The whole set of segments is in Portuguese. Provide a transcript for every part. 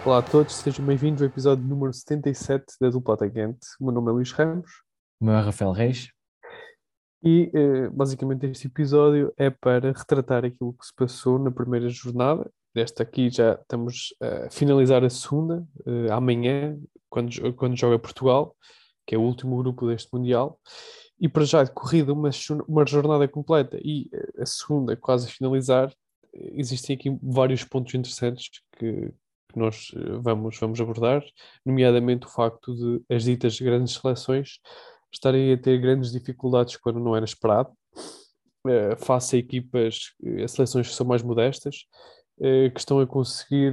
Olá a todos, sejam bem-vindos ao episódio número 77 da Dupla Atacante. O meu nome é Luís Ramos O meu é Rafael Reis. e basicamente este episódio é para retratar aquilo que se passou na primeira jornada. Desta aqui já estamos a finalizar a segunda, amanhã, quando joga Portugal, que é o último grupo deste Mundial. E para já decorrida uma jornada completa e a segunda quase a finalizar, existem aqui vários pontos interessantes que nós vamos abordar, nomeadamente o facto de as ditas grandes seleções estarem a ter grandes dificuldades quando não era esperado, face a equipas, a seleções que são mais modestas, que estão a conseguir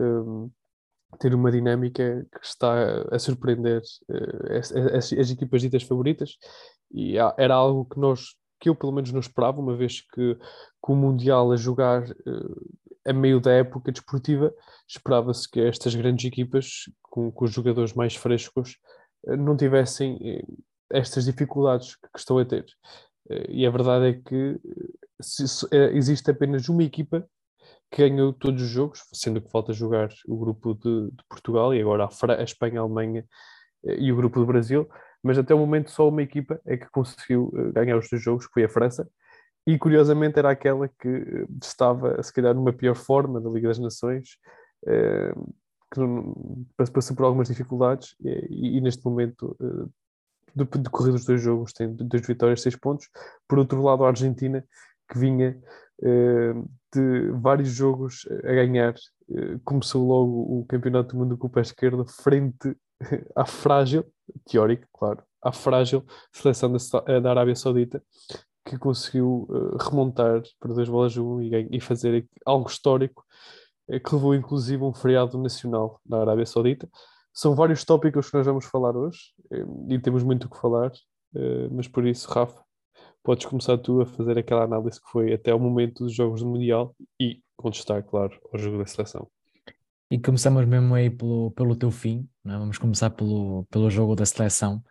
ter uma dinâmica que está a surpreender as equipas ditas favoritas, e era algo que eu pelo menos não esperava, uma vez que o Mundial a jogar a meio da época desportiva, esperava-se que estas grandes equipas, com os jogadores mais frescos, não tivessem estas dificuldades que estão a ter. E a verdade é que existe apenas uma equipa que ganhou todos os jogos, sendo que falta jogar o grupo de Portugal e agora a Espanha, a Alemanha e o grupo do Brasil, mas até o momento só uma equipa é que conseguiu ganhar os dois jogos, que foi a França, e curiosamente era aquela que estava, se calhar, numa pior forma da Liga das Nações, eh, que passou por algumas dificuldades e neste momento, decorrido os dois jogos, tem duas vitórias, 6 pontos. Por outro lado, a Argentina, que vinha eh, de vários jogos a ganhar, começou logo o Campeonato do Mundo com o pé esquerdo, frente à frágil, teórico, claro, à frágil seleção da Arábia Saudita, que conseguiu remontar por 2-1 e fazer algo histórico, que levou inclusive um feriado nacional na Arábia Saudita. São vários tópicos que nós vamos falar hoje, e temos muito o que falar, mas por isso, Rafa, podes começar tu a fazer aquela análise que foi até ao momento dos Jogos do Mundial e com destaque, claro, ao jogo da seleção. E começamos mesmo aí pelo teu fim, não é? Vamos começar pelo jogo da seleção.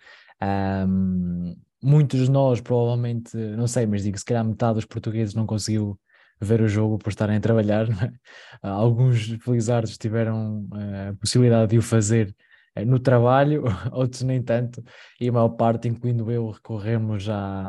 Muitos de nós, provavelmente, não sei, mas digo, se calhar metade dos portugueses não conseguiu ver o jogo por estarem a trabalhar, não é? Alguns felizardos tiveram a possibilidade de o fazer no trabalho, outros nem tanto, e a maior parte, incluindo eu, recorremos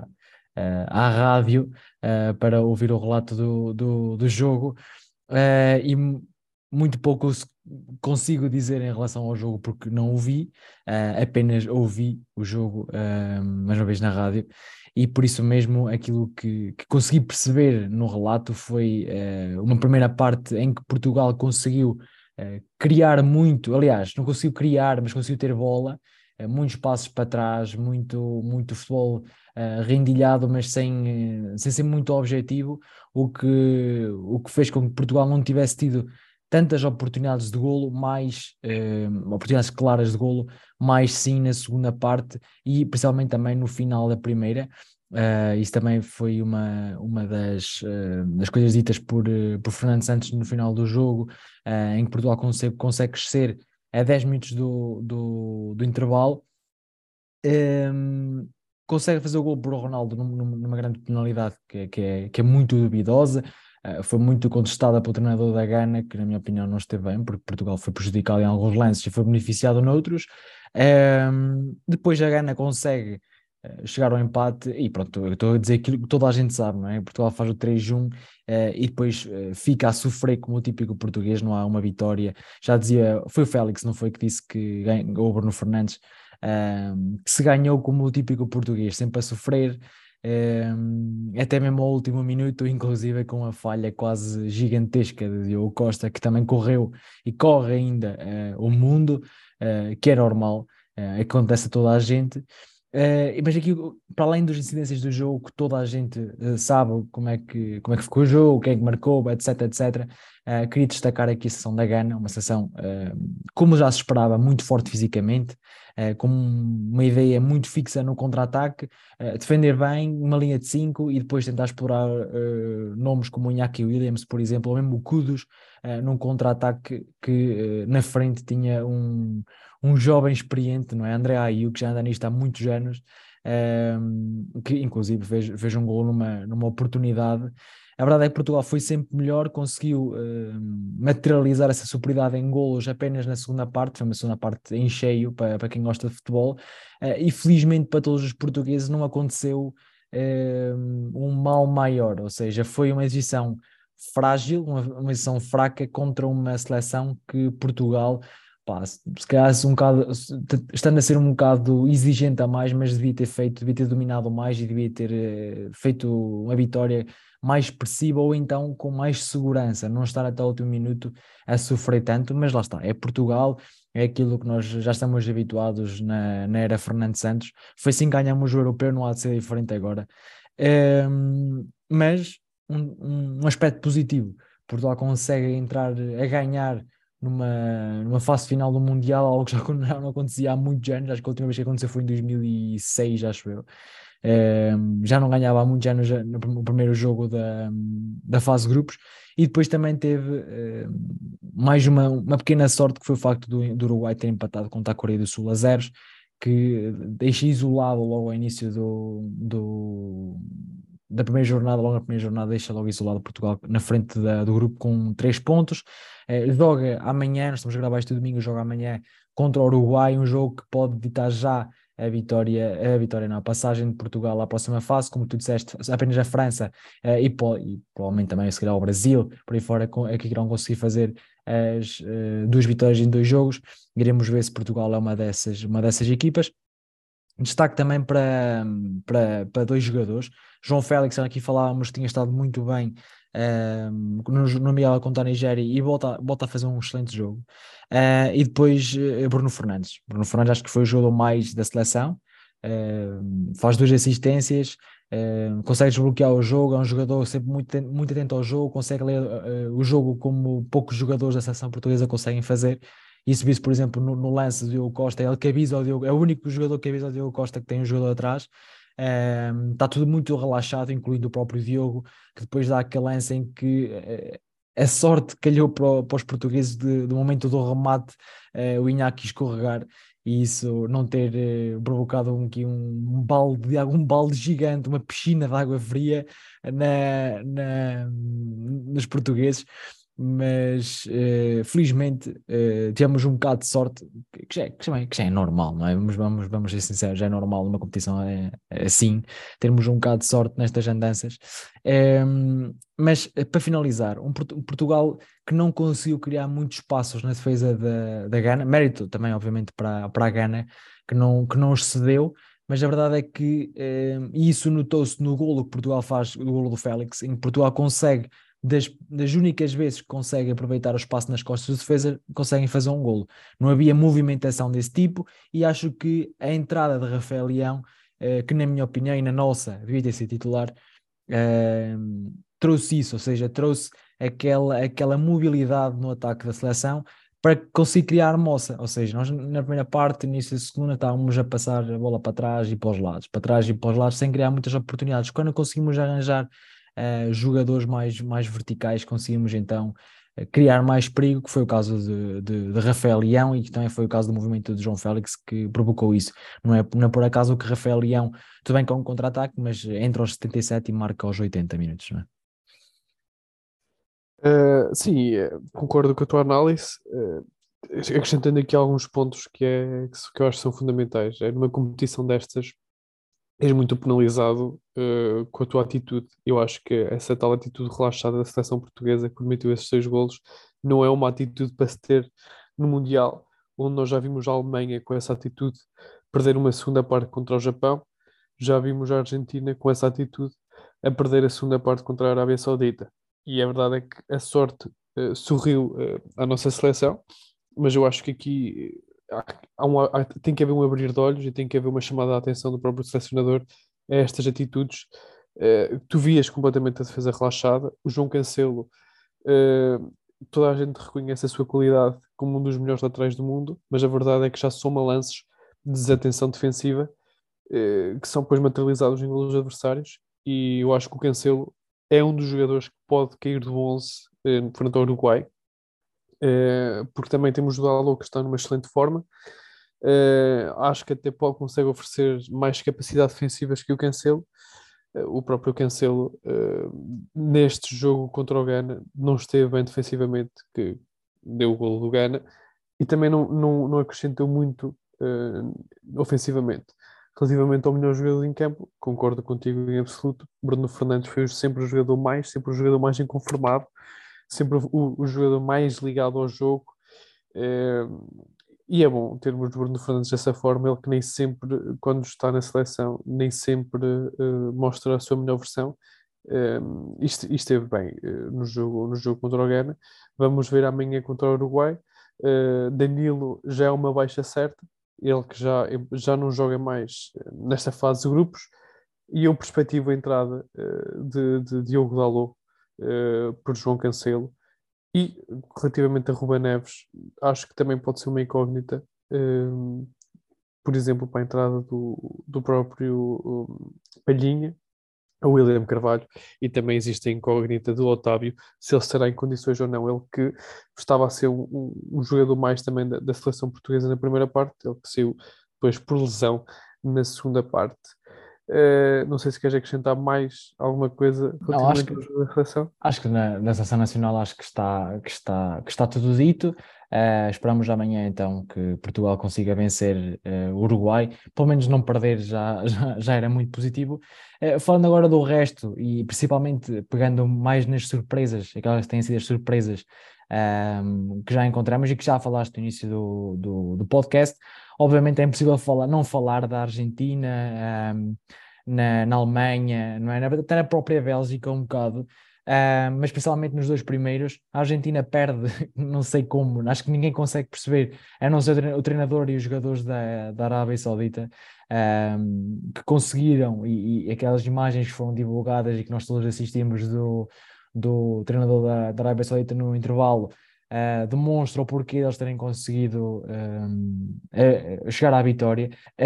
à rádio para ouvir o relato do jogo. E muito pouco consigo dizer em relação ao jogo porque não o vi, apenas ouvi o jogo mais uma vez na rádio, e por isso mesmo aquilo que consegui perceber no relato foi uma primeira parte em que Portugal conseguiu criar muito, aliás, não conseguiu criar, mas conseguiu ter bola, muitos passos para trás, muito futebol rendilhado, mas sem ser muito objetivo, o que fez com que Portugal não tivesse tido tantas oportunidades de golo, mais oportunidades claras de golo, mais sim na segunda parte e principalmente também no final da primeira. Isso também foi uma das coisas ditas por Fernando Santos no final do jogo, em que Portugal consegue crescer a 10 minutos do intervalo. Um, Consegue fazer o gol por Ronaldo numa grande penalidade que é muito duvidosa. Foi muito contestada pelo treinador da Gana, que na minha opinião não esteve bem, porque Portugal foi prejudicado em alguns lances e foi beneficiado noutros. Depois a Gana consegue chegar ao empate e pronto, eu estou a dizer aquilo que toda a gente sabe, não é? Portugal faz o 3-1 e depois fica a sofrer como o típico português, não há uma vitória. Já dizia, foi o Félix, não foi, que disse que ganhou o Bruno Fernandes, que se ganhou como o típico português, sempre a sofrer, até mesmo ao último minuto, inclusive com a falha quase gigantesca de Diogo Costa, que também correu e corre ainda o mundo, que é normal, acontece a toda a gente. Mas aqui, para além das incidências do jogo, que toda a gente sabe como é que ficou o jogo, quem é que marcou, etc, etc, queria destacar aqui a sessão da Gana, uma sessão, como já se esperava, muito forte fisicamente, com uma ideia muito fixa no contra-ataque, defender bem, uma linha de 5 e depois tentar explorar nomes como o Iñaki Williams, por exemplo, ou mesmo o Kudus, num contra-ataque que na frente tinha um jovem experiente, não é? André Ayew, que já anda nisto há muitos anos, que inclusive fez um gol numa oportunidade. A verdade é que Portugal foi sempre melhor, conseguiu materializar essa superioridade em golos apenas na segunda parte, foi uma segunda parte em cheio para quem gosta de futebol, e felizmente para todos os portugueses não aconteceu um mal maior, ou seja, foi uma exibição frágil, uma exibição fraca contra uma seleção que Portugal, pá, se calhar um bocado, estando a ser um bocado exigente a mais, mas devia ter dominado mais e devia ter feito uma vitória mais expressiva ou então com mais segurança, não estar até o último minuto a sofrer tanto, mas lá está, é Portugal, é aquilo que nós já estamos habituados na era Fernando Santos, foi assim que ganhamos o europeu, não há de ser diferente agora. Mas um aspecto positivo, Portugal consegue entrar a ganhar numa fase final do Mundial, algo que já não acontecia há muitos anos, acho que a última vez que aconteceu foi em 2006, acho eu. Já não ganhava há muitos anos no primeiro jogo da fase de grupos, e depois também teve mais uma pequena sorte, que foi o facto do Uruguai ter empatado contra a Coreia do Sul a zeros, que deixa isolado logo ao início da primeira jornada, logo na primeira jornada deixa logo isolado Portugal na frente do grupo com 3 pontos. Joga amanhã, nós estamos a gravar este domingo, joga amanhã contra o Uruguai, um jogo que pode ditar já a vitória não, a passagem de Portugal à próxima fase, como tu disseste, apenas a França e provavelmente também se calhar o Brasil, por aí fora, é que irão conseguir fazer as 2 vitórias em 2 jogos. Iremos ver se Portugal é uma dessas equipas. Destaque também para 2 jogadores. João Félix, aqui falávamos que tinha estado muito bem no Miguel contra a Nigéria e volta a fazer um excelente jogo. E depois Bruno Fernandes. Bruno Fernandes acho que foi o jogador mais da seleção. Faz 2 assistências, consegue desbloquear o jogo. É um jogador sempre muito atento ao jogo, consegue ler o jogo como poucos jogadores da seleção portuguesa conseguem fazer. Isso visto, por exemplo, no lance do Diogo Costa, ele que avisa ao Diogo, é o único jogador que avisa ao Diogo Costa que tem um jogador atrás. Está tudo muito relaxado, incluindo o próprio Diogo, que depois dá aquele lance em que a sorte calhou para os portugueses do momento do remate, o Iñaki escorregar, e isso não ter provocado algum balde gigante, uma piscina de água fria nos portugueses. Mas felizmente tivemos um bocado de sorte, que já é normal, não é? Vamos ser sinceros, já é normal numa competição assim, termos um bocado de sorte nestas andanças. Mas para finalizar, um Portugal que não conseguiu criar muitos espaços na defesa da Gana, mérito também, obviamente, para a Gana, que não excedeu. Mas a verdade é que e isso notou-se no golo que Portugal faz, o golo do Félix, em que Portugal consegue, das únicas vezes que consegue aproveitar o espaço nas costas do defesa, conseguem fazer um golo. Não havia movimentação desse tipo, e acho que a entrada de Rafael Leão, que na minha opinião e na nossa devia ter sido titular, eh, trouxe isso, ou seja, trouxe aquela mobilidade no ataque da seleção para conseguir criar moça. Ou seja, nós na primeira parte, início da segunda, estávamos a passar a bola para trás e para trás e para os lados, sem criar muitas oportunidades. Quando conseguimos arranjar jogadores mais verticais, conseguimos então criar mais perigo, que foi o caso de Rafael Leão, e que também foi o caso do movimento de João Félix que provocou isso. Não é por acaso que Rafael Leão, tudo bem com um contra-ataque, mas entra aos 77 e marca aos 80 minutos, não é? Sim, concordo com a tua análise, acrescentando aqui alguns pontos que eu acho que são fundamentais. É numa competição destas, és muito penalizado com a tua atitude. Eu acho que essa tal atitude relaxada da seleção portuguesa que permitiu esses 6 golos não é uma atitude para se ter no Mundial, onde nós já vimos a Alemanha com essa atitude perder uma segunda parte contra o Japão, já vimos a Argentina com essa atitude a perder a segunda parte contra a Arábia Saudita. E a verdade é que a sorte sorriu à nossa seleção, mas eu acho que aqui tem que haver um abrir de olhos e tem que haver uma chamada de atenção do próprio selecionador a estas atitudes. Tu vias completamente a defesa relaxada. O João Cancelo, eh, toda a gente reconhece a sua qualidade como um dos melhores laterais do mundo, mas a verdade é que já soma lances de desatenção defensiva, que são depois materializados em golos adversários. E eu acho que o Cancelo é um dos jogadores que pode cair do 11 frente ao Uruguai, porque também temos o Dalot que está numa excelente forma. Acho que até pode consegue oferecer mais capacidade defensivas que o Cancelo. O próprio Cancelo, neste jogo contra o Ghana, não esteve bem defensivamente, que deu o golo do Ghana, e também não acrescentou muito ofensivamente. Relativamente ao melhor jogador em campo, concordo contigo em absoluto. Bruno Fernandes foi sempre o jogador mais inconformado, sempre o jogador mais ligado ao jogo. Eh, e é bom termos Bruno Fernandes dessa forma, ele que nem sempre, quando está na seleção, nem sempre mostra a sua melhor versão. E esteve bem no jogo contra o Ghana. Vamos ver amanhã contra o Uruguai. Danilo já é uma baixa certa, ele que já não joga mais nesta fase de grupos, e eu perspectivo a entrada de Diogo Dalot por João Cancelo. E relativamente a Ruben Neves, acho que também pode ser uma incógnita, por exemplo, para a entrada do próprio Palhinha, o William Carvalho, e também existe a incógnita do Otávio, se ele estará em condições ou não. Ele que estava a ser um jogador mais também da seleção portuguesa na primeira parte, ele que saiu depois por lesão na segunda parte. Não sei se queres acrescentar mais alguma coisa Não, acho relativamente que ao jogo da seleção. Acho que na seleção nacional acho que está tudo dito. Esperamos amanhã então que Portugal consiga vencer o Uruguai, pelo menos não perder já era muito positivo. Falando agora do resto e principalmente pegando mais nas surpresas, aquelas que têm sido as surpresas que já encontramos e que já falaste no início do podcast, obviamente é impossível não falar da Argentina, na Alemanha, não é? Até na própria Bélgica um bocado. Mas principalmente nos dois primeiros, a Argentina perde, não sei como, acho que ninguém consegue perceber, a não ser o treinador e os jogadores da Arábia Saudita, que conseguiram, e aquelas imagens que foram divulgadas e que nós todos assistimos do treinador da Arábia Saudita no intervalo, demonstra o porquê de eles terem conseguido chegar à vitória.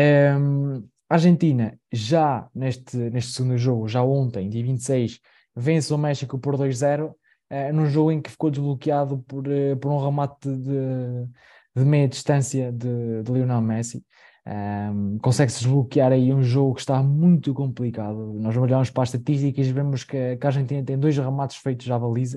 A Argentina, já neste segundo jogo, já ontem, dia 26, vence o México por 2-0, num jogo em que ficou desbloqueado por um remate de meia distância de Lionel Messi. Consegue-se desbloquear aí um jogo que está muito complicado. Nós olhamos para as estatísticas e vemos que a Argentina tem dois remates feitos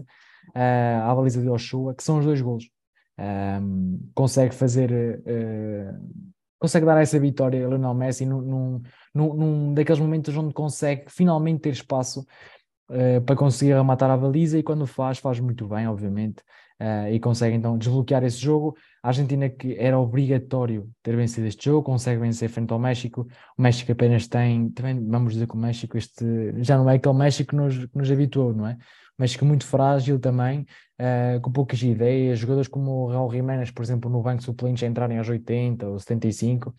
à baliza de Ochoa, que são os dois golos. Consegue fazer, consegue dar essa vitória a Lionel Messi num daqueles momentos onde consegue finalmente ter espaço para conseguir rematar a baliza, e quando faz muito bem, obviamente, e consegue então desbloquear esse jogo. A Argentina, que era obrigatório ter vencido este jogo, consegue vencer frente ao México. O México apenas tem, também vamos dizer que o México já não é aquele México que nos habituou, não é? O México muito frágil também, com poucas ideias, jogadores como o Raul Jiménez, por exemplo, no banco suplente, a entrarem aos 80 ou 75.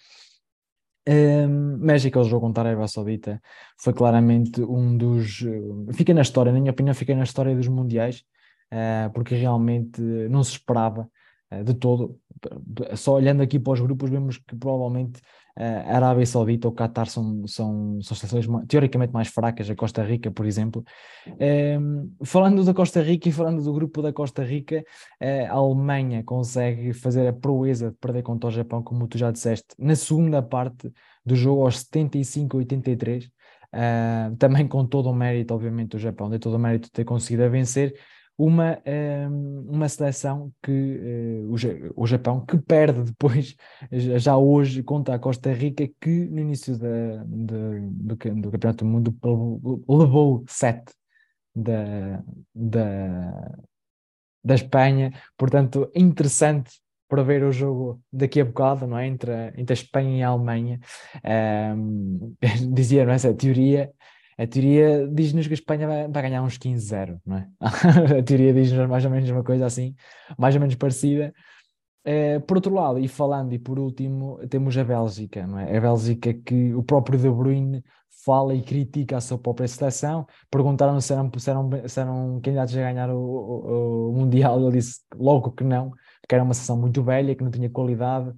Mas aquele jogo contra a Arábia Saudita foi claramente um dos. Fica na história, na minha opinião, fica na história dos mundiais, porque realmente não se esperava de todo. Só olhando aqui para os grupos, vemos que provavelmente a Arábia Saudita ou o Qatar são seleções teoricamente mais fracas, a Costa Rica, por exemplo. Falando da Costa Rica e falando do grupo da Costa Rica, a Alemanha consegue fazer a proeza de perder contra o Japão, como tu já disseste, na segunda parte do jogo, aos 75, 83. Também com todo o mérito, obviamente, do Japão, de todo o mérito de ter conseguido a vencer uma seleção que o Japão, que perde depois, já hoje, contra a Costa Rica, que no início do Campeonato do Mundo levou 7 da, da, da Espanha. Portanto, interessante para ver o jogo daqui a bocado, não é? Entre a Espanha e a Alemanha. Dizia, não é? A teoria diz-nos que a Espanha vai ganhar uns 15-0, não é? A teoria diz-nos mais ou menos uma coisa assim, mais ou menos parecida. Por outro lado, e falando, e por último, temos a Bélgica, não é? A Bélgica, que o próprio De Bruyne fala e critica a sua própria seleção. Perguntaram se eram candidatos a ganhar o Mundial, ele disse logo que não, que era uma seleção muito velha, que não tinha qualidade.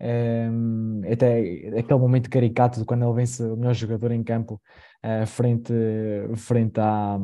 Até aquele momento caricato de quando ele vence o melhor jogador em campo, frente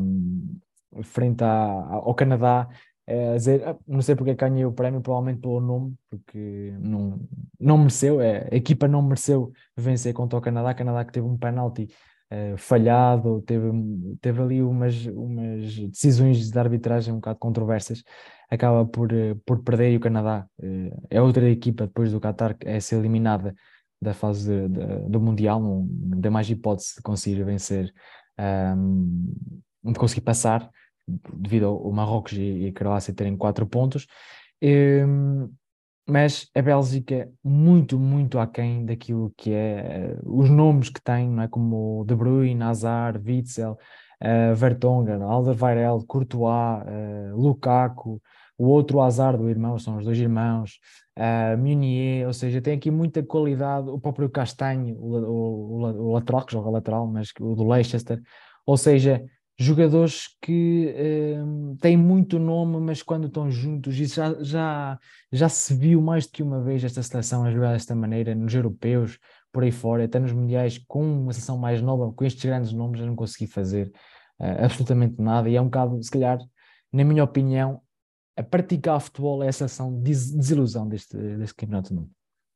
ao Canadá, a dizer, não sei porque ganhei o prémio, provavelmente pelo nome, porque não mereceu, a equipa não mereceu vencer contra o Canadá que teve um penalti falhado, teve ali umas decisões de arbitragem um bocado controversas, acaba por perder, e o Canadá é outra equipa depois do Qatar que é ser eliminada da fase do Mundial, não tem mais hipótese de conseguir vencer, um, de conseguir passar, devido ao Marrocos e a Croácia terem 4 pontos. Um, mas a Bélgica muito, muito aquém daquilo que é os nomes que tem, não é? Como De Bruyne, Hazard, Witsel, Vertonghen, Alderweireld, Courtois, Lukaku, o outro Hazard, o irmão, são os dois irmãos, Meunier, ou seja, tem aqui muita qualidade, o próprio Castanhe, o lateral, que joga lateral, mas o do Leicester, ou seja, jogadores que têm muito nome, mas quando estão juntos, isso já se viu mais do que uma vez esta seleção a jogar desta maneira, nos europeus, por aí fora, até nos mundiais, com uma seleção mais nova, com estes grandes nomes, eu não consegui fazer absolutamente nada, e é um bocado, se calhar, na minha opinião, a praticar futebol é a seleção de desilusão deste campeonato do mundo.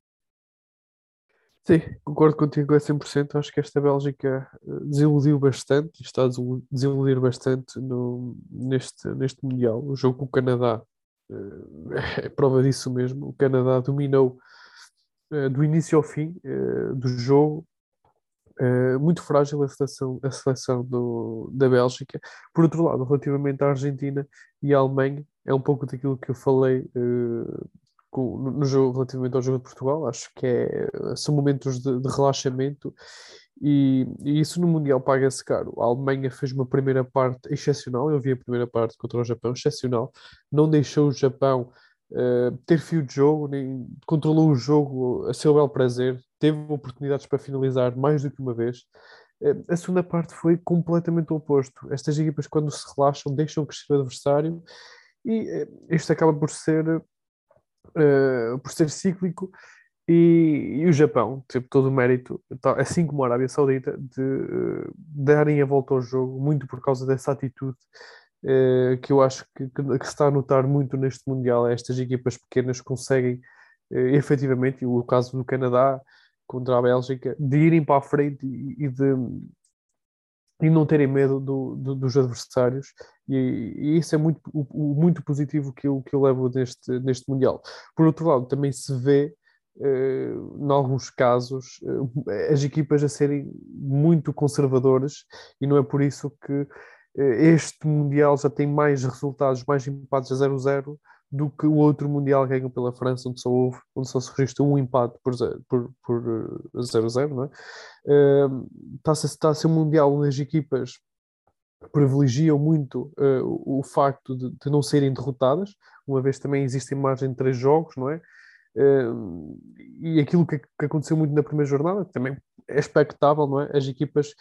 Sim, concordo contigo a 100%. Acho que esta Bélgica desiludiu bastante e está a desiludir bastante neste Mundial. O jogo com o Canadá é prova disso mesmo. O Canadá dominou do início ao fim do jogo. Muito frágil a seleção da Bélgica. Por outro lado, relativamente à Argentina e à Alemanha, é um pouco daquilo que eu falei no jogo, relativamente ao jogo de Portugal. Acho que são momentos de relaxamento e isso no Mundial paga-se caro. A Alemanha fez uma primeira parte excepcional. Eu vi a primeira parte contra o Japão, excepcional. Não deixou o Japão ter fio de jogo, nem controlou o jogo a seu bel prazer, teve oportunidades para finalizar mais do que uma vez. A segunda parte foi completamente o oposto. Estas equipas, quando se relaxam, deixam crescer o adversário e isto acaba por ser cíclico. E o Japão teve todo o mérito, assim como a Arábia Saudita, de darem a volta ao jogo, muito por causa dessa atitude que eu acho que se está a notar muito neste Mundial. Estas equipas pequenas conseguem, efetivamente, e o caso do Canadá contra a Bélgica, de irem para a frente e não terem medo dos adversários, e isso é muito positivo que eu levo neste Mundial. Por outro lado, também se vê, em alguns casos, as equipas a serem muito conservadoras, e não é por isso que este Mundial já tem mais resultados, mais empates a 0-0 do que o outro Mundial ganho pela França, onde só se registrou um empate por 0-0, não é? Está a ser um Mundial onde as equipas privilegiam muito o facto de não serem derrotadas, uma vez também existe margem de 3 jogos, não é? E aquilo que aconteceu muito na primeira jornada também é expectável, não é? As equipas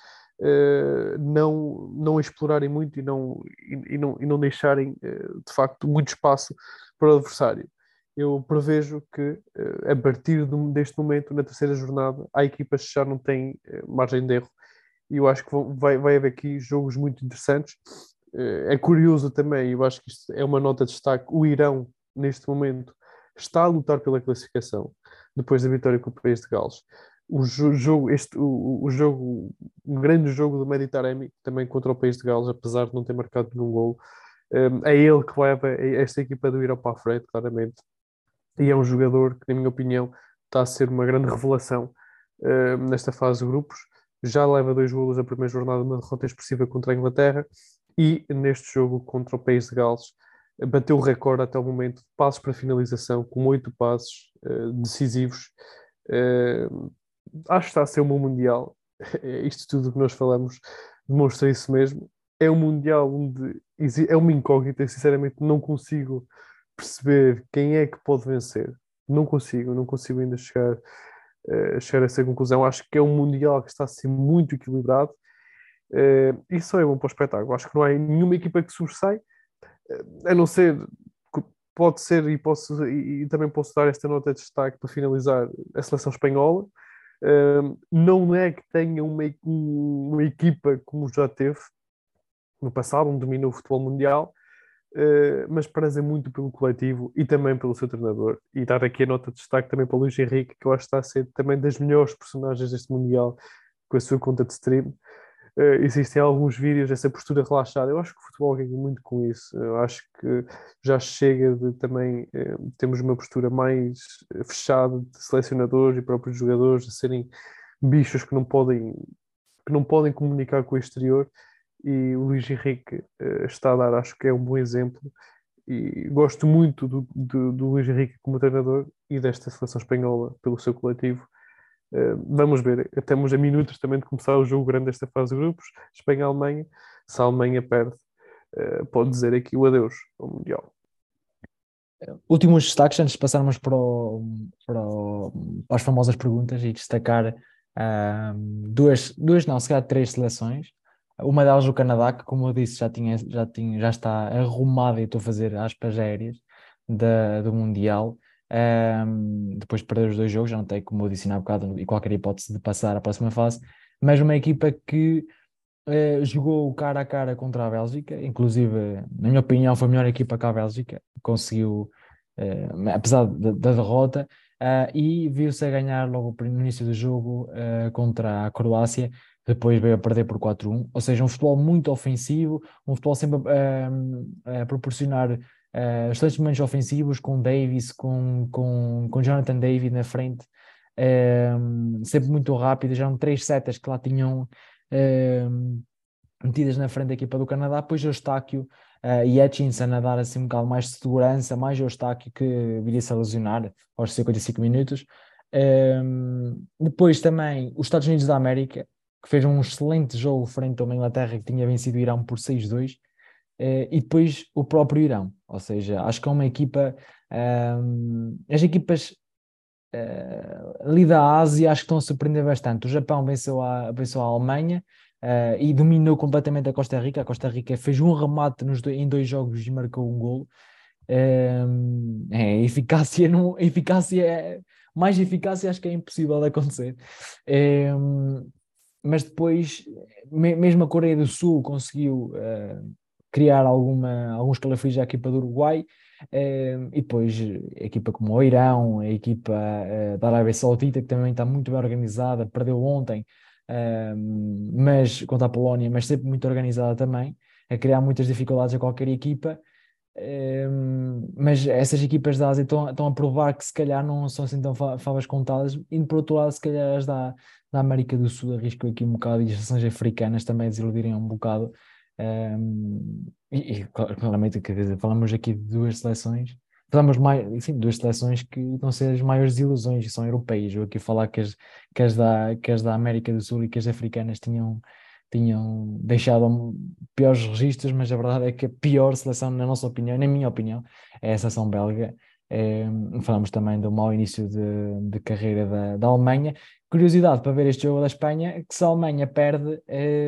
não explorarem muito e não deixarem de facto muito espaço para o adversário. Eu prevejo que a partir deste momento, na terceira jornada, há equipas que já não têm margem de erro, e eu acho que vai haver aqui jogos muito interessantes. É curioso também, eu acho que isto é uma nota de destaque, o Irão, neste momento, está a lutar pela classificação, depois da vitória com o país de Gales. Um grande jogo do Mediterrâneo, também contra o país de Gales, apesar de não ter marcado nenhum golo, é ele que leva esta equipa do Irão para a frente, claramente. E é um jogador que, na minha opinião, está a ser uma grande revelação nesta fase de grupos. Já leva 2 golos a primeira jornada, uma derrota expressiva contra a Inglaterra, e neste jogo contra o país de Gales bateu o recorde até o momento de passos para finalização, com 8 passos decisivos. Uh, Acho que está a ser um bom Mundial. Isto tudo que nós falamos demonstra isso mesmo. É um Mundial onde é uma incógnita, sinceramente não consigo perceber quem é que pode vencer. Não consigo ainda chegar a essa conclusão. Acho que é um Mundial que está a ser muito equilibrado, e só é bom para o espetáculo. Acho que não há nenhuma equipa que sobressai, a não ser que pode ser, e também posso dar esta nota de destaque para finalizar, a seleção espanhola. Não é que tenha uma equipa como já teve no passado, onde dominou o futebol mundial, mas preza muito pelo coletivo e também pelo seu treinador. E dar aqui a nota de destaque também para o Luís Henrique, que eu acho que está a ser também das melhores personagens deste Mundial, com a sua conta de stream. existem alguns vídeos dessa postura relaxada. Eu acho que o futebol ganha muito com isso. Eu acho que já chega de também temos uma postura mais fechada de selecionadores e próprios jogadores a serem bichos que não podem comunicar com o exterior. E o Luís Henrique está a dar, acho que é um bom exemplo. E gosto muito do Luís Henrique como treinador e desta seleção espanhola pelo seu coletivo. Vamos ver, estamos a minutos também de começar o jogo grande desta fase de grupos, Espanha-Alemanha. Se a Alemanha perde, pode dizer aqui o adeus ao Mundial. Últimos destaques antes de passarmos para as famosas perguntas e destacar duas, não, se calhar três seleções. Uma delas o Canadá, que como eu disse já está arrumada e estou a fazer aspas aéreas do Mundial. Depois de perder os dois jogos, já não tem, como eu disse há bocado, e qualquer hipótese de passar à próxima fase, mas uma equipa que jogou cara a cara contra a Bélgica, inclusive, na minha opinião, foi a melhor equipa que a Bélgica, conseguiu, apesar da derrota, e viu-se a ganhar logo no início do jogo contra a Croácia, depois veio a perder por 4-1, ou seja, um futebol muito ofensivo, um futebol sempre a proporcionar excelentes momentos ofensivos, com Davis, com Jonathan David na frente, sempre muito rápido, já eram 3 setas que lá tinham metidas na frente da equipa do Canadá, depois Eustáquio e Hutchinson a dar assim um bocado mais de segurança, mais Eustáquio que viria-se a lesionar aos 55 minutos. Depois também os Estados Unidos da América, que fez um excelente jogo frente a uma Inglaterra que tinha vencido o Irão por 6-2, e depois o próprio Irão, ou seja, acho que é uma equipa, as equipas ali da Ásia acho que estão a surpreender bastante. O Japão venceu a Alemanha e dominou completamente a Costa Rica. A Costa Rica fez um remate em 2 jogos e marcou um golo. Eficácia, não, mais eficácia acho que é impossível de acontecer. Mas depois, mesmo a Coreia do Sul conseguiu criar alguns calafrios à equipa do Uruguai. E depois a equipa como o Irão, a equipa da Arábia Saudita, que também está muito bem organizada, perdeu ontem, mas contra a Polónia, mas sempre muito organizada também, a criar muitas dificuldades a qualquer equipa. Mas essas equipas da Ásia estão a provar que se calhar não são assim tão favas contadas. Indo por outro lado, se calhar as da América do Sul arrisco aqui um bocado, e as seleções africanas também desiludirem um bocado. Claramente, quer dizer, falamos aqui de duas seleções, falamos mais, sim, duas seleções que vão ser as maiores desilusões, que são europeias. Eu aqui falar que as da América do Sul e que as africanas tinham deixado piores registros, mas a verdade é que a pior seleção, na nossa opinião, na minha opinião, é a seleção belga. Falamos também do mau início de carreira da Alemanha. Curiosidade para ver este jogo da Espanha, que se a Alemanha perde,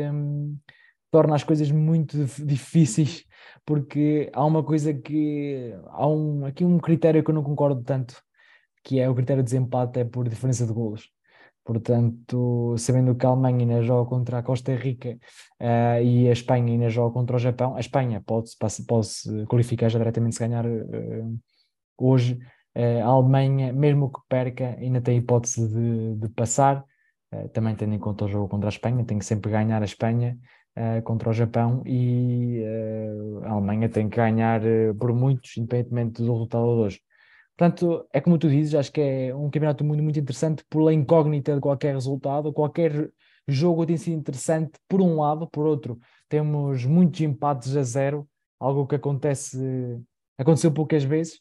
torna as coisas muito difíceis, porque há uma coisa que aqui um critério que eu não concordo tanto, que é o critério de desempate é por diferença de golos. Portanto, sabendo que a Alemanha ainda joga contra a Costa Rica e a Espanha ainda joga contra o Japão, a Espanha pode-se qualificar já diretamente se ganhar hoje. A Alemanha, mesmo que perca, ainda tem hipótese de passar, também tendo em conta o jogo contra a Espanha, tem que sempre ganhar a Espanha contra o Japão, e a Alemanha tem que ganhar por muitos, independentemente do resultado de hoje. Portanto, é como tu dizes, acho que é um campeonato muito, muito interessante pela incógnita de qualquer resultado. Qualquer jogo tem sido interessante por um lado, por outro temos muitos empates a zero, algo que aconteceu poucas vezes,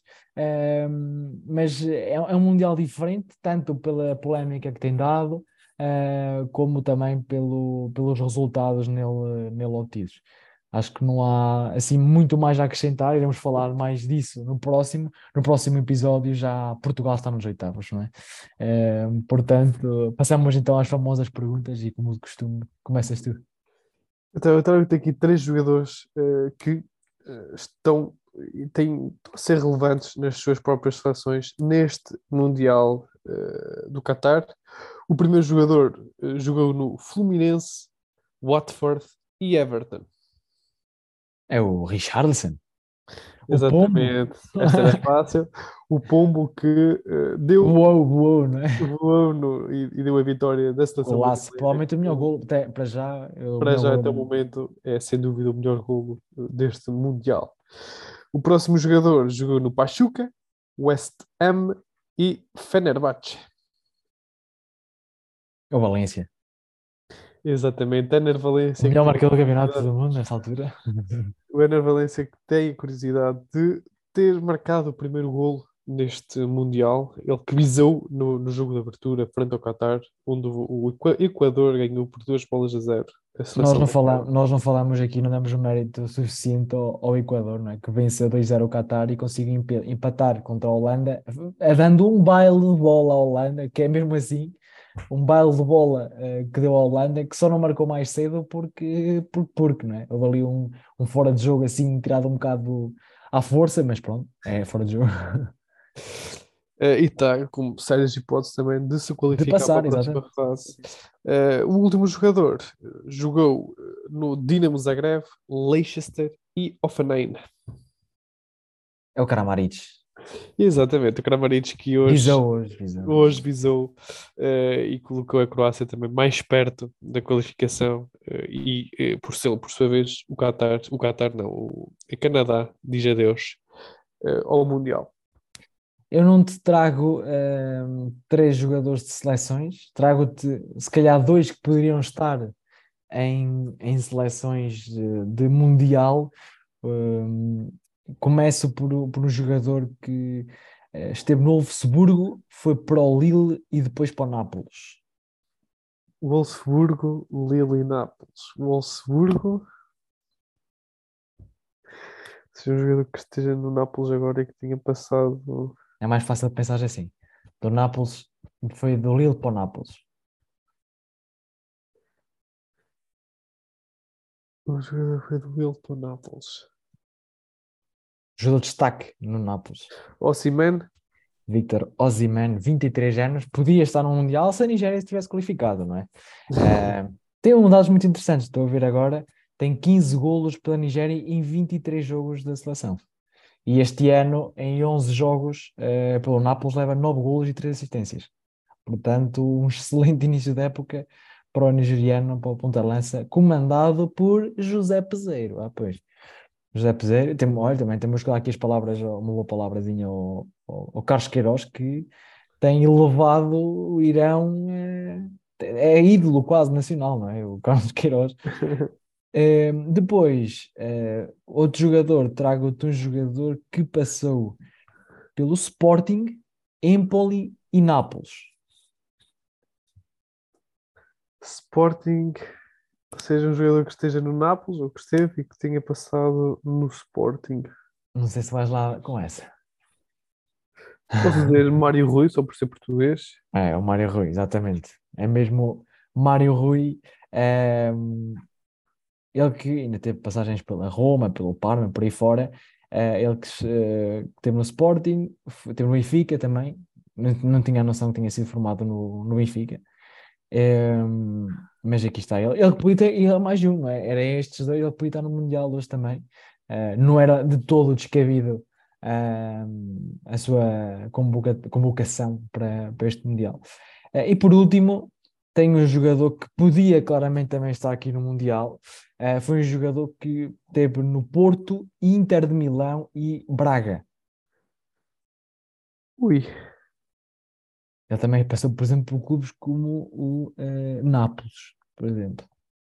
mas é um Mundial diferente, tanto pela polémica que tem dado, como também pelos resultados nele obtidos. Acho que não há assim muito mais a acrescentar, iremos falar mais disso no próximo episódio. Já Portugal está nos oitavos, não é? Portanto, passamos então às famosas perguntas e, como de costume, começas tu. Então, eu trago aqui três jogadores que estão a ser relevantes nas suas próprias seleções neste Mundial do Qatar. O primeiro jogador jogou no Fluminense, Watford e Everton. É o Richarlison, o Pombo. Exatamente, esta era fácil. o pombo que deu, Voou, não é? voou e deu a vitória da seleção Golaço. brasileira. Provavelmente o melhor gol, até para já, é o Para melhor já, até o gol. momento, é sem dúvida o melhor golo deste Mundial. O próximo jogador jogou no Pachuca, West Ham e Fenerbahçe. É o Valência. Exatamente, Ener O Valencia que melhor tem a marcador do campeonato curiosidade, do mundo nesta altura. o Ener Valencia que tem a curiosidade de ter marcado o primeiro golo neste Mundial, ele que visou no jogo de abertura frente ao Qatar, onde o Equador ganhou por 2 bolas a 0 a seleção do Equador. Nós não falamos aqui, não damos o mérito suficiente ao Equador, não é? Que venceu 2-0 o Qatar e conseguiu empatar contra a Holanda, dando um baile de bola à Holanda, que é mesmo assim, um baile de bola que deu à Holanda, que só não marcou mais cedo porque não é? Houve ali um fora de jogo assim, tirado um bocado à força, mas pronto, é fora de jogo. E está com sérias hipóteses também de se De qualificar para a passar, próxima exatamente. fase. O último jogador jogou no Dinamo Zagreb, Leicester e Hoffenheim. É o Kramaric. Exatamente, o Kramaric que hoje, Visou hoje, visou. hoje visou e colocou a Croácia também mais perto da qualificação por sua vez, o Qatar não, o Canadá diz adeus ao Mundial. Eu não te trago três jogadores de seleções, trago-te se calhar dois que poderiam estar em seleções de Mundial. Ehm, Começo por um jogador que esteve no Wolfsburgo, foi para o Lille e depois para o Nápoles. Wolfsburgo, Lille e Nápoles. Wolfsburgo, se um jogador que esteja no Nápoles agora e que tinha passado. É mais fácil de pensar assim. Do Nápoles, foi do Lille para o Nápoles. O jogador foi do Lille para o Nápoles. Jogador de destaque no Nápoles. Osimhen, Victor Osimhen, 23 anos, podia estar no Mundial se a Nigéria estivesse qualificado, não é? Tem um dados muito interessantes, estou a ver agora, tem 15 golos pela Nigéria em 23 jogos da seleção. E este ano, em 11 jogos, pelo Nápoles, leva 9 golos e 3 assistências. Portanto, um excelente início de época para o nigeriano, para o ponta-lança, comandado por José Peseiro. Ah, pois. José Peseiro, olha, também temos que dar aqui as palavras, uma boa palavrazinha ao Carlos Queiroz, que tem elevado o Irão, é ídolo quase nacional, não é? O Carlos Queiroz. Depois, outro jogador, trago-te um jogador que passou pelo Sporting, Empoli e Nápoles. Sporting, seja um jogador que esteja no Nápoles ou que esteve e que tenha passado no Sporting. Não sei se vais lá com essa. Posso dizer Mário Rui, só por ser português. É, o Mário Rui, exatamente. É mesmo Mário Rui, ele que ainda teve passagens pela Roma, pelo Parma, por aí fora. Ele que teve no Sporting, teve no Benfica também. Não tinha a noção que tinha sido formado no Benfica. Mas aqui está ele. Ele podia ter ido a mais de um, não é? Era estes dois, ele podia estar no Mundial hoje também. Não era de todo descabido a sua convocação para este Mundial. E por último, tem um jogador que podia claramente também estar aqui no Mundial. Foi um jogador que teve no Porto, Inter de Milão e Braga. Ui, Ele também passou, por exemplo, por clubes como o Nápoles, por exemplo.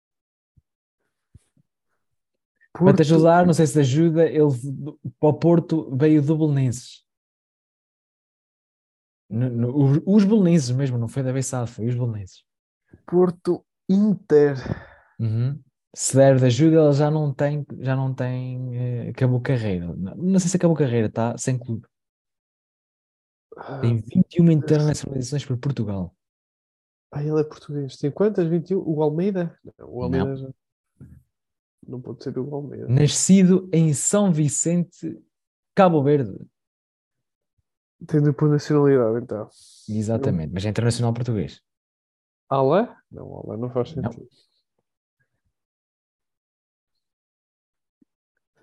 Para te Porto, ajudar, não sei se te ajuda, ele para o Porto veio do Belenenses. Os Belenenses mesmo, não foi da Bessade, foi os Belenenses. Porto, Inter. Uhum. Se der de ajuda, ele já não tem, acabou carreira. Não sei se acabou carreira, está sem clube. Ah, Tem 21 internacionalizações por Portugal. ele é português. Tem quantas? 21? O Almeida? Não, o Almeida Não. já não pode ser o Almeida. Nascido em São Vicente, Cabo Verde. Tem dupla nacionalidade, então. Não. Exatamente, mas é internacional português. Alá? Não, Alá não faz Não. sentido.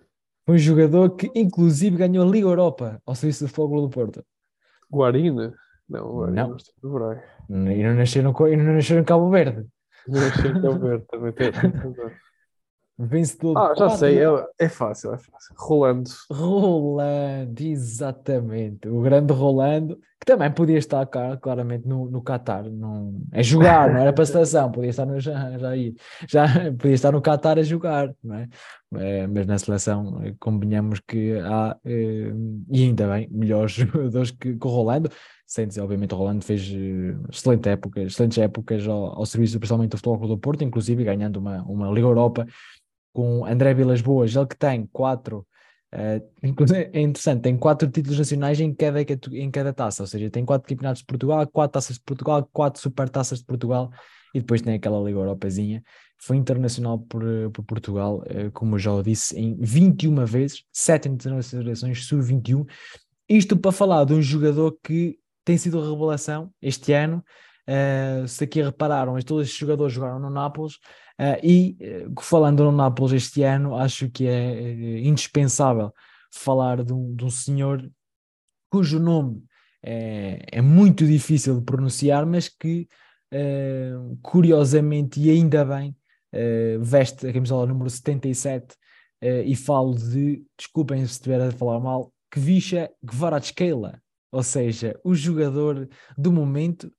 Foi um jogador que inclusive ganhou a Liga Europa ao serviço do Futebol Clube do Porto. Guarina? Não, o Guarina não Não, está no Braga. e não nasceram em Cabo Verde. Não sei que é o verde, também tens razão. Vencedor de Já sei, quatro. é fácil, é fácil. Rolando. Rolando, exatamente. O grande Rolando, que também podia estar claramente no Qatar. Não, é jogar, não era para a seleção, podia estar já podia estar no Qatar a jogar, não é? Mas na seleção, convenhamos que há, e ainda bem, melhores jogadores que o Rolando. Sem dizer, obviamente, o Rolando fez excelentes épocas ao serviço, principalmente do Futebol Clube do Porto, inclusive ganhando uma Liga Europa com André Vilas-Boas, ele que tem quatro, inclusive é interessante, tem quatro títulos nacionais em cada taça, ou seja, tem quatro campeonatos de Portugal, quatro taças de Portugal, quatro supertaças de Portugal e depois tem aquela Liga Europazinha. Foi internacional por Portugal, como eu já o disse, em 21 vezes, 7 internacionalizações, sub-21. Isto para falar de um jogador que tem sido a revelação este ano. Se aqui repararam, todos estes jogadores jogaram no Nápoles. Falando no Nápoles este ano, acho que é indispensável falar de um senhor cujo nome é muito difícil de pronunciar, mas que curiosamente e ainda bem veste a camisola número 77 e falo desculpem se estiver a falar mal, Kvisha Kvaratskhelia, ou seja, o jogador do momento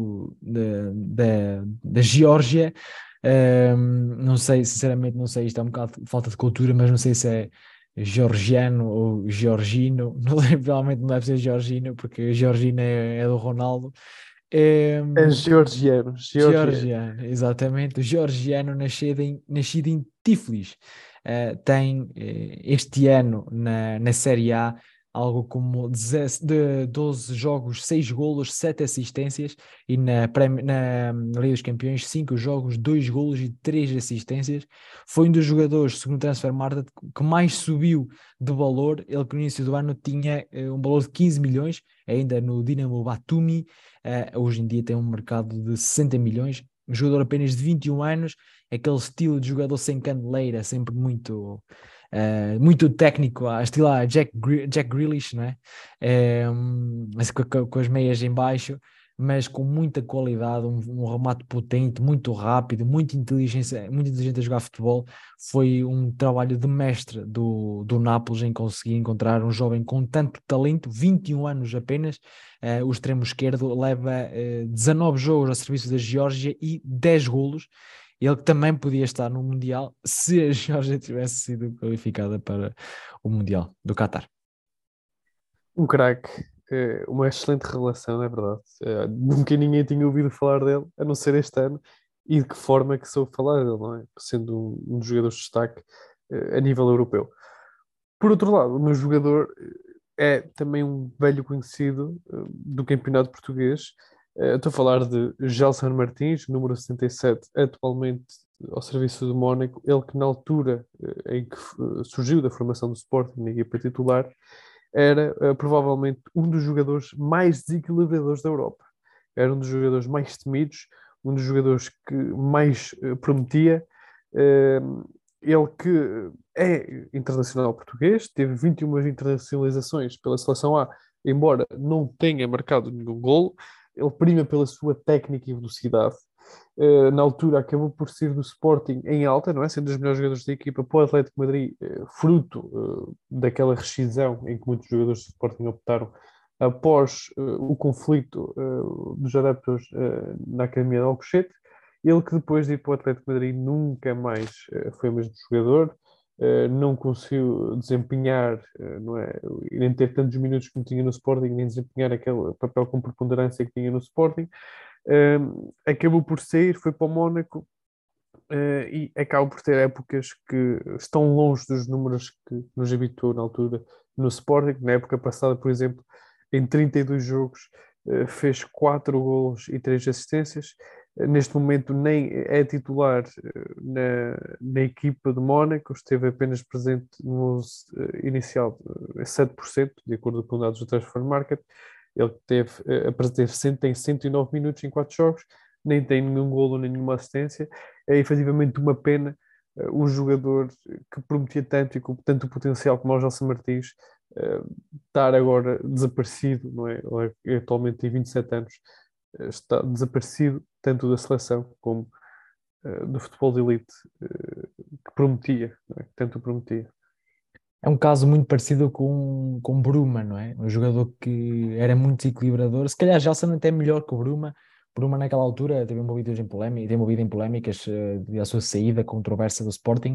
da Geórgia. Não sei, sinceramente, não sei, isto é um bocado de falta de cultura, mas não sei se é georgiano ou georgino, provavelmente não deve ser georgino, porque georgino é do Ronaldo. É Um, georgiano, georgiano. georgiano, exatamente, o georgiano nascido em Tiflis. Tem este ano na Série A algo como 12 jogos, 6 golos, 7 assistências, e na Liga dos Campeões, 5 jogos, 2 golos e 3 assistências. Foi um dos jogadores, segundo o Transfer Market, que mais subiu de valor. Ele que no início do ano tinha um valor de 15 milhões, ainda no Dinamo Batumi. Hoje em dia tem um mercado de 60 milhões. Um jogador apenas de 21 anos, aquele estilo de jogador sem candeleira, sempre muito técnico, estilo Jack Grealish, não é? Mas com as meias em baixo, mas com muita qualidade, um remate potente, muito rápido, muito inteligente a jogar futebol. Foi um trabalho de mestre do Nápoles em conseguir encontrar um jovem com tanto talento, 21 anos apenas. O extremo esquerdo leva 19 jogos ao serviço da Geórgia e 10 golos. Ele que também podia estar no Mundial se a Geórgia tivesse sido qualificada para o Mundial do Qatar. Um craque, uma excelente relação, é verdade. Nunca ninguém tinha ouvido falar dele, a não ser este ano, e de que forma é que soube falar dele, não é? Sendo um dos jogadores de destaque, a nível europeu. Por outro lado, o meu jogador é também um velho conhecido do campeonato português. Estou a falar de Gelson Martins, número 77, atualmente ao serviço do Mónaco. Ele que na altura em que surgiu da formação do Sporting na equipa titular, era provavelmente um dos jogadores mais desequilibradores da Europa. Era um dos jogadores mais temidos, um dos jogadores que mais prometia. Eh, Ele que é internacional português, teve 21 internacionalizações pela Seleção A, embora não tenha marcado nenhum golo. Ele prima pela sua técnica e velocidade. Na altura acabou por ser do Sporting em alta, não é? Sendo dos melhores jogadores da equipa para o Atlético de Madrid, fruto daquela rescisão em que muitos jogadores do Sporting optaram após o conflito dos adeptos na Academia de Alcochete. Ele que depois de ir para o Atlético de Madrid nunca mais foi o mesmo jogador, não conseguiu desempenhar, não é, nem ter tantos minutos como tinha no Sporting, nem desempenhar aquele papel com preponderância que tinha no Sporting. Acabou por sair, foi para o Mónaco, e acaba por ter épocas que estão longe dos números que nos habituou na altura no Sporting. Na época passada, por exemplo, em 32 jogos, fez 4 golos e 3 assistências. Neste momento nem é titular na equipa de Mónaco, esteve apenas presente no 11 inicial, 7%, de acordo com dados do Transfer Market. Ele tem 109 minutos em 4 jogos, nem tem nenhum golo nem nenhuma assistência. É efetivamente uma pena, o jogador que prometia tanto e com tanto potencial como o Gelson Martins eh, estar agora desaparecido, não é? Ele atualmente tem 27 anos, está desaparecido tanto da seleção como do futebol de elite, que prometia, não é? Que tanto prometia. É um caso muito parecido com Bruma, não é? Um jogador que era muito desequilibrador. Se calhar Gelson até melhor que o Bruma. Bruma naquela altura teve envolvido em polémicas devido à sua saída controversa do Sporting.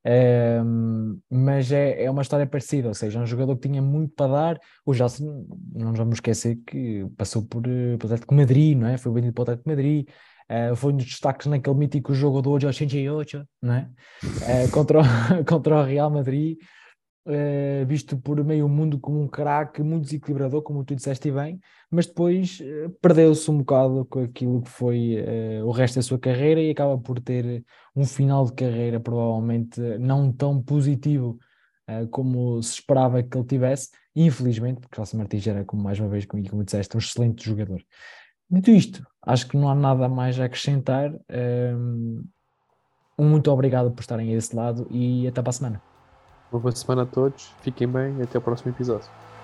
Mas é uma história parecida, ou seja, é um jogador que tinha muito para dar. O Gelson, não nos vamos esquecer que passou pelo Atlético de Madrid, não é? Foi vendido para o Atlético de Madrid. Foi um dos destaques naquele mítico jogo do 88, não é? Contra contra o Real Madrid, visto por meio mundo como um craque muito desequilibrador, como tu disseste bem, mas depois perdeu-se um bocado com aquilo que foi o resto da sua carreira e acaba por ter um final de carreira provavelmente não tão positivo como se esperava que ele tivesse, infelizmente, porque Celso Martins era, como mais uma vez, como disseste, um excelente jogador. Dito isto, acho que não há nada mais a acrescentar. Muito obrigado por estarem a esse lado e até para a semana. Uma boa semana a todos, fiquem bem e até o próximo episódio.